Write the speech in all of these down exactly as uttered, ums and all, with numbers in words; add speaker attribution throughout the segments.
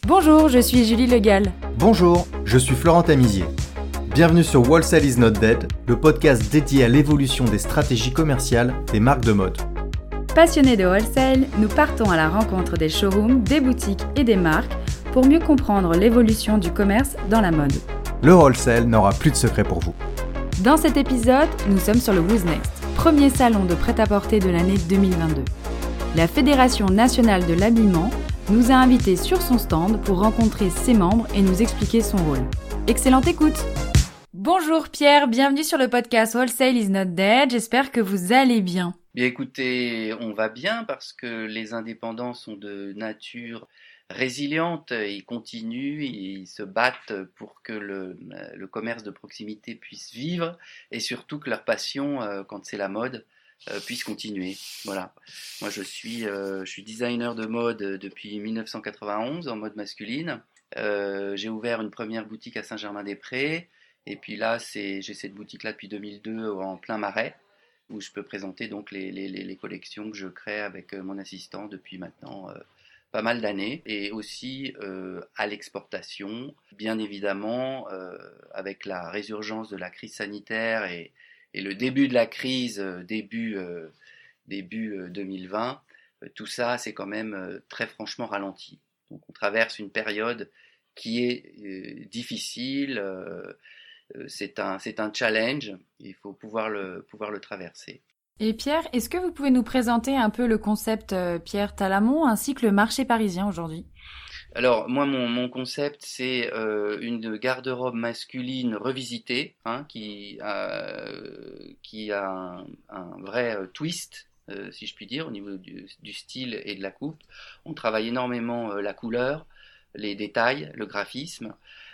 Speaker 1: Bonjour, je suis Julie Legal.
Speaker 2: Bonjour, je suis Florent Tamizier. Bienvenue sur Wholesale is not dead, le podcast dédié à l'évolution des stratégies commerciales des marques de mode.
Speaker 1: Passionnés de wholesale, nous partons à la rencontre des showrooms, des boutiques et des marques pour mieux comprendre l'évolution du commerce dans la mode.
Speaker 2: Le wholesale n'aura plus de secret pour vous.
Speaker 1: Dans cet épisode, nous sommes sur le Who's Next, premier salon de prêt-à-porter de l'année deux mille vingt-deux. La Fédération nationale de l'habillement nous a invités sur son stand pour rencontrer ses membres et nous expliquer son rôle. Excellente écoute! Bonjour Pierre, bienvenue sur le podcast Wholesale is not dead, j'espère que vous allez bien.
Speaker 3: Bien écoutez, on va bien parce que les indépendants sont de nature résiliente, ils continuent, ils se battent pour que le, le commerce de proximité puisse vivre et surtout que leur passion, quand c'est la mode, puisse continuer. Voilà. Moi je suis, euh, je suis designer de mode depuis dix-neuf cent quatre-vingt-onze en mode masculine. Euh, j'ai ouvert une première boutique à Saint-Germain-des-Prés et puis là c'est, j'ai cette boutique là depuis deux mille deux en plein Marais où je peux présenter donc les, les, les collections que je crée avec mon assistant depuis maintenant euh, pas mal d'années, et aussi euh, à l'exportation, bien évidemment, euh, avec la résurgence de la crise sanitaire et, et le début de la crise, euh, début, euh, début euh, deux mille vingt, euh, tout ça c'est quand même euh, très franchement ralenti. Donc on traverse une période qui est euh, difficile, euh, c'est un, c'est un challenge, il faut pouvoir le, pouvoir le traverser.
Speaker 1: Et Pierre, est-ce que vous pouvez nous présenter un peu le concept euh, Pierre Talamont ainsi que le marché parisien aujourd'hui ?
Speaker 3: Alors moi mon, mon concept c'est euh, une garde-robe masculine revisitée hein, qui, euh, qui a un, un vrai euh, twist euh, si je puis dire au niveau du, du style et de la coupe. On travaille énormément euh, la couleur, les détails, le graphisme,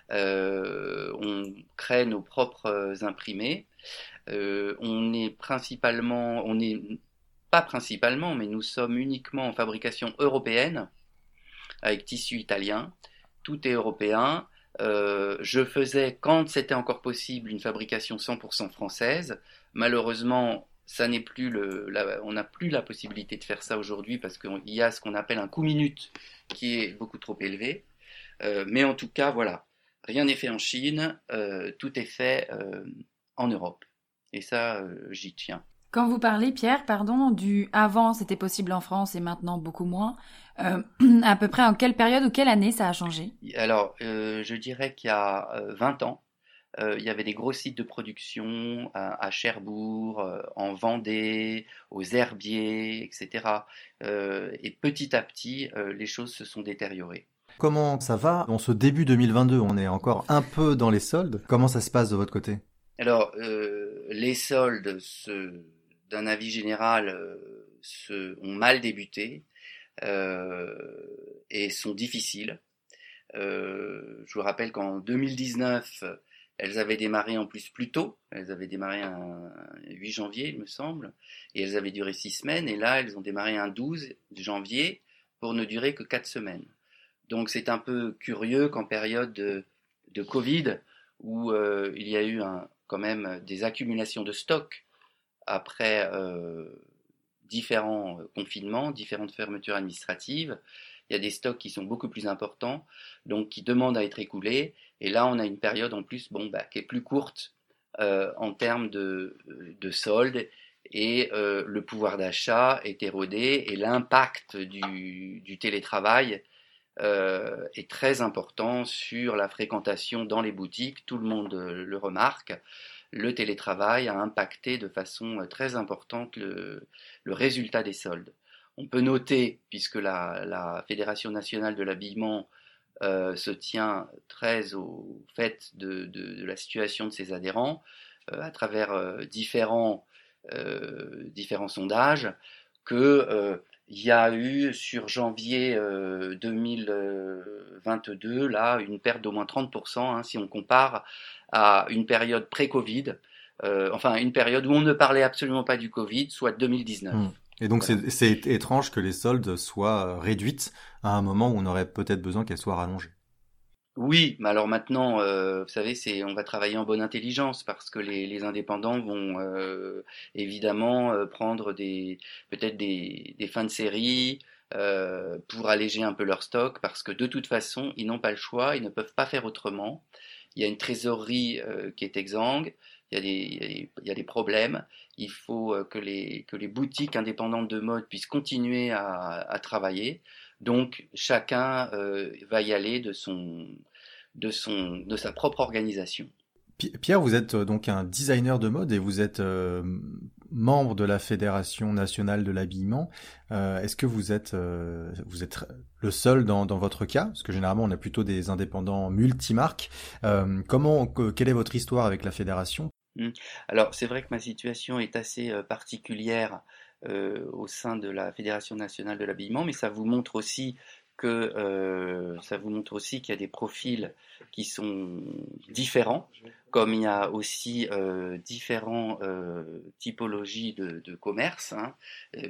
Speaker 3: euh, on crée nos propres imprimés. Euh, on est principalement, on n'est pas principalement, mais nous sommes uniquement en fabrication européenne, avec tissu italien, tout est européen. Euh, je faisais, quand c'était encore possible, une fabrication cent pour cent française. Malheureusement, ça n'est plus le, la, on n'a plus la possibilité de faire ça aujourd'hui parce qu'il y a ce qu'on appelle un coût minute qui est beaucoup trop élevé. Euh, mais en tout cas, voilà, rien n'est fait en Chine, euh, tout est fait euh, en Europe. Et ça, euh, j'y tiens.
Speaker 1: Quand vous parlez, Pierre, pardon, du avant c'était possible en France et maintenant beaucoup moins, euh, à peu près en quelle période ou quelle année ça a changé ?
Speaker 3: Alors, euh, je dirais qu'il y a euh, vingt ans, euh, il y avait des gros sites de production à, à Cherbourg, euh, en Vendée, aux Herbiers, et cetera. Euh, et petit à petit, euh, les choses se sont détériorées.
Speaker 2: Comment ça va ? En ce début deux mille vingt-deux, on est encore un peu dans les soldes. Comment ça se passe de votre côté ?
Speaker 3: Alors, euh, les soldes, se, d'un avis général, euh, se, ont mal débuté euh, et sont difficiles. Euh, je vous rappelle qu'en deux mille dix-neuf, elles avaient démarré en plus plus tôt. Elles avaient démarré un huit janvier, il me semble, et elles avaient duré six semaines. Et là, elles ont démarré un douze janvier pour ne durer que quatre semaines. Donc, c'est un peu curieux qu'en période de, de Covid, où euh, il y a eu un quand même des accumulations de stocks après euh, différents confinements, différentes fermetures administratives. Il y a des stocks qui sont beaucoup plus importants, donc qui demandent à être écoulés. Et là, on a une période en plus bon, bah, qui est plus courte euh, en termes de, de soldes. Et euh, le pouvoir d'achat est érodé et l'impact du, du télétravail Euh, est très important sur la fréquentation dans les boutiques. Tout le monde euh, le remarque. Le télétravail a impacté de façon euh, très importante le, le résultat des soldes. On peut noter, puisque la, la Fédération nationale de l'habillement euh, se tient très au fait de, de, de la situation de ses adhérents, euh, à travers euh, différents, euh, différents sondages, que euh, il y a eu sur janvier euh, deux mille vingt-deux là une perte d'au moins trente pour cent hein, si on compare à une période pré-Covid, euh, enfin une période où on ne parlait absolument pas du Covid, soit deux mille dix-neuf.
Speaker 2: Mmh. Et donc voilà. c'est, c'est étrange que les soldes soient réduites à un moment où on aurait peut-être besoin qu'elles soient rallongées.
Speaker 3: Oui, mais alors maintenant, euh, vous savez, c'est, on va travailler en bonne intelligence parce que les, les indépendants vont euh, évidemment euh, prendre des, peut-être des, des fins de série, euh, pour alléger un peu leur stock, parce que de toute façon, ils n'ont pas le choix, ils ne peuvent pas faire autrement. Il y a une trésorerie euh, qui est exsangue, il y a des, il y a des, il y a des problèmes. Il faut euh, que, les, que les boutiques indépendantes de mode puissent continuer à, à travailler. Donc chacun euh, va y aller de, son, de, son, de sa propre organisation.
Speaker 2: Pierre, vous êtes donc un designer de mode et vous êtes euh, membre de la Fédération nationale de l'habillement. Euh, est-ce que vous êtes, euh, vous êtes le seul dans, dans votre cas? Parce que généralement, on a plutôt des indépendants multimarques. Euh, comment, que, quelle est votre histoire avec la fédération?
Speaker 3: Alors, c'est vrai que ma situation est assez euh, particulière euh, au sein de la Fédération nationale de l'habillement, mais ça vous montre aussi que euh, ça vous montre aussi qu'il y a des profils qui sont différents, comme il y a aussi euh, différents euh, typologies de, de commerce, hein, euh,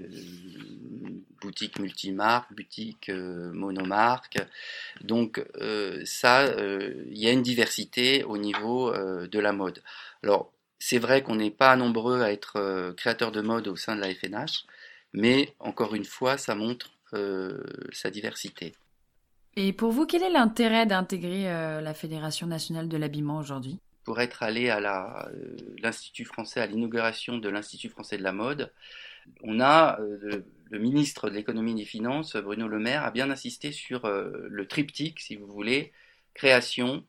Speaker 3: boutique multimarque, boutique euh, monomarque. Donc euh, ça, euh, il y a une diversité au niveau euh, de la mode. Alors c'est vrai qu'on n'est pas nombreux à être euh, créateurs de mode au sein de la F N H, mais encore une fois, ça montre Euh, sa diversité.
Speaker 1: Et pour vous, quel est l'intérêt d'intégrer euh, la Fédération nationale de l'habillement aujourd'hui?
Speaker 3: Pour être allé à la, euh, l'Institut français, à l'inauguration de l'Institut français de la mode, on a euh, le, le ministre de l'économie et des finances, Bruno Le Maire, a bien insisté sur euh, le triptyque, si vous voulez, création,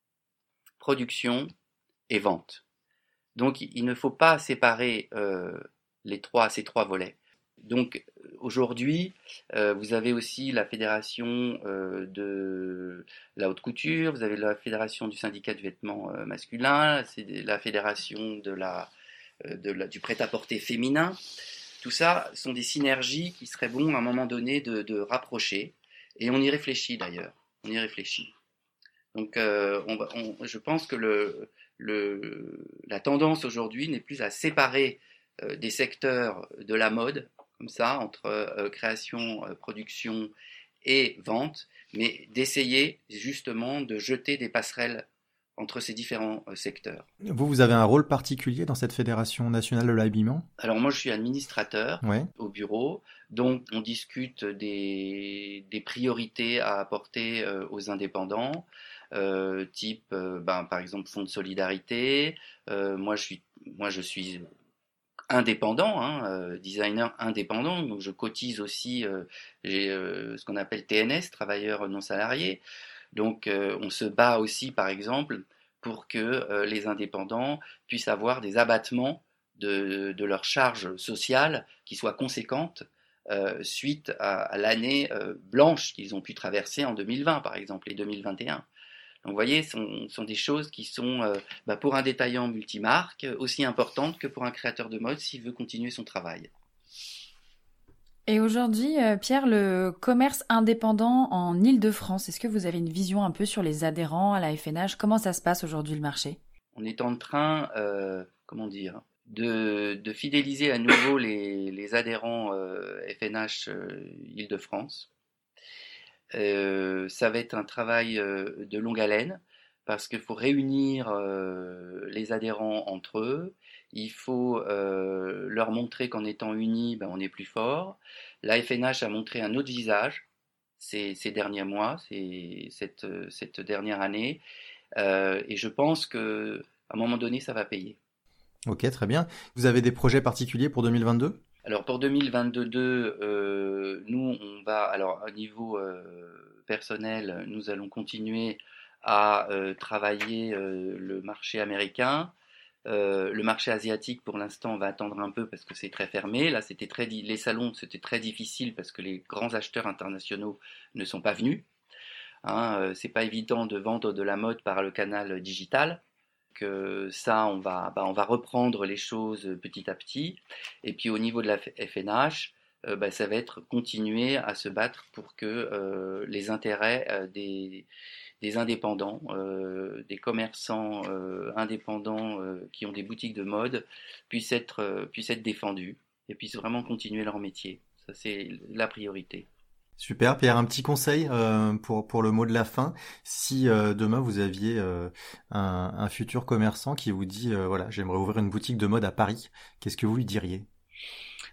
Speaker 3: production et vente. Donc il ne faut pas séparer euh, les trois, ces trois volets. Donc aujourd'hui, euh, vous avez aussi la fédération euh, de la haute couture, vous avez la fédération du syndicat du vêtement euh, masculin, c'est la fédération de la, euh, de la, du prêt-à-porter féminin. Tout ça sont des synergies qui seraient bon à un moment donné de, de rapprocher, et on y réfléchit d'ailleurs, on y réfléchit. Donc euh, on, on, je pense que le, le, la tendance aujourd'hui n'est plus à séparer euh, des secteurs de la mode, comme ça, entre euh, création, euh, production et vente, mais d'essayer justement de jeter des passerelles entre ces différents euh, secteurs.
Speaker 2: Vous, vous avez un rôle particulier dans cette Fédération nationale de l'habillement?
Speaker 3: Alors moi, je suis administrateur
Speaker 2: ouais.
Speaker 3: au bureau, donc on discute des, des priorités à apporter euh, aux indépendants, euh, type, euh, ben, par exemple, fonds de solidarité. Euh, moi, je suis, moi, je suis indépendant, hein, euh, designer indépendant, donc je cotise aussi, euh, j'ai euh, ce qu'on appelle T N S, travailleurs non salariés, donc euh, on se bat aussi par exemple pour que euh, les indépendants puissent avoir des abattements de, de leurs charges sociales qui soient conséquentes euh, suite à, à l'année euh, blanche qu'ils ont pu traverser en deux mille vingt par exemple et deux mille vingt et un. Donc vous voyez, ce sont, sont des choses qui sont, euh, bah, pour un détaillant multimarque, aussi importantes que pour un créateur de mode s'il veut continuer son travail.
Speaker 1: Et aujourd'hui, euh, Pierre, le commerce indépendant en Île-de-France, est-ce que vous avez une vision un peu sur les adhérents à la F N H? Comment ça se passe aujourd'hui le marché?
Speaker 3: On est en train, euh, comment dire, de, de fidéliser à nouveau les, les adhérents euh, F N H euh, Île-de-France. Euh, ça va être un travail euh, de longue haleine parce qu'il faut réunir euh, les adhérents entre eux, il faut euh, leur montrer qu'en étant unis, ben, on est plus fort. La F N H a montré un autre visage ces, ces derniers mois, ces, cette, cette dernière année, euh, et je pense qu'à un moment donné, ça va payer.
Speaker 2: Ok, très bien. Vous avez des projets particuliers pour deux mille vingt-deux ?
Speaker 3: Alors pour deux mille vingt-deux, euh, nous on va, alors à niveau euh, personnel, nous allons continuer à euh, travailler euh, le marché américain. Euh, le marché asiatique pour l'instant on va attendre un peu parce que c'est très fermé. Là c'était très, les salons c'était très difficile parce que les grands acheteurs internationaux ne sont pas venus. Hein, euh, c'est pas évident de vendre de la mode par le canal digital. Que ça, on va, bah, on va reprendre les choses petit à petit. Et puis au niveau de la F N H, euh, bah, ça va être continuer à se battre pour que euh, les intérêts euh, des, des indépendants, euh, des commerçants euh, indépendants euh, qui ont des boutiques de mode puissent être, euh, puissent être défendus et puissent vraiment continuer leur métier. Ça, c'est la priorité.
Speaker 2: Super, Pierre, un petit conseil euh, pour pour le mot de la fin. Si euh, demain vous aviez euh, un, un futur commerçant qui vous dit euh, voilà, j'aimerais ouvrir une boutique de mode à Paris, qu'est-ce que vous lui diriez ?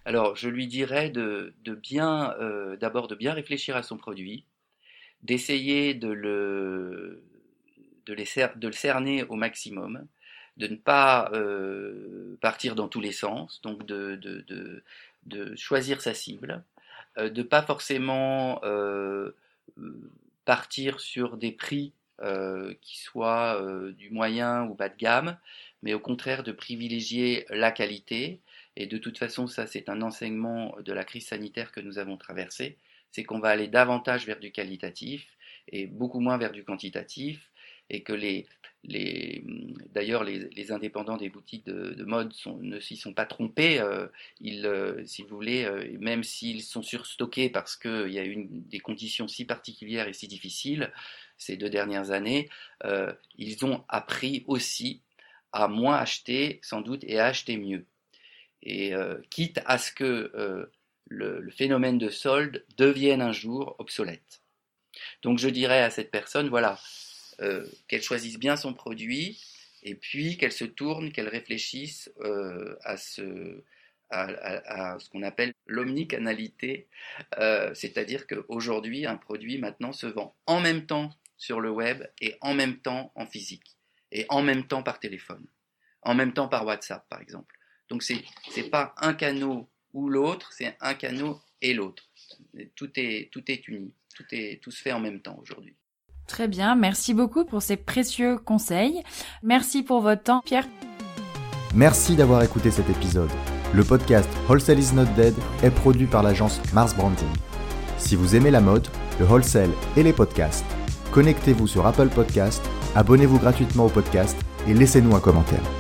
Speaker 3: Alors, je lui dirais de, de bien, euh, d'abord de bien réfléchir à son produit, d'essayer de le, de, les cer- de le cerner au maximum, de ne pas euh, partir dans tous les sens, donc de, de, de, de choisir sa cible, euh, de pas forcément euh, partir sur des prix euh, qui soient euh, du moyen ou bas de gamme, mais au contraire de privilégier la qualité. Et de toute façon, ça c'est un enseignement de la crise sanitaire que nous avons traversée, c'est qu'on va aller davantage vers du qualitatif et beaucoup moins vers du quantitatif, et que les, les d'ailleurs les, les indépendants des boutiques de, de mode sont, ne s'y sont pas trompés. Euh, ils, euh, si vous voulez, euh, même s'ils sont surstockés parce qu'il y a eu des conditions si particulières et si difficiles ces deux dernières années, euh, ils ont appris aussi à moins acheter sans doute et à acheter mieux. Et euh, quitte à ce que euh, le, le phénomène de solde devienne un jour obsolète. Donc je dirais à cette personne, voilà, euh, qu'elle choisisse bien son produit, et puis qu'elle se tourne, qu'elle réfléchisse euh, à, ce, à, à, à ce qu'on appelle l'omnicanalité, euh, c'est-à-dire qu'aujourd'hui, un produit maintenant se vend en même temps sur le web et en même temps en physique, et en même temps par téléphone, en même temps par WhatsApp par exemple. Donc c'est c'est pas un canal ou l'autre, c'est un canal et l'autre. Tout est tout est uni, tout est tout se fait en même temps aujourd'hui.
Speaker 1: Très bien, merci beaucoup pour ces précieux conseils. Merci pour votre temps, Pierre.
Speaker 2: Merci d'avoir écouté cet épisode. Le podcast Wholesale is not dead est produit par l'agence Mars Branding. Si vous aimez la mode, le wholesale et les podcasts, connectez-vous sur Apple Podcasts, abonnez-vous gratuitement au podcast et laissez-nous un commentaire.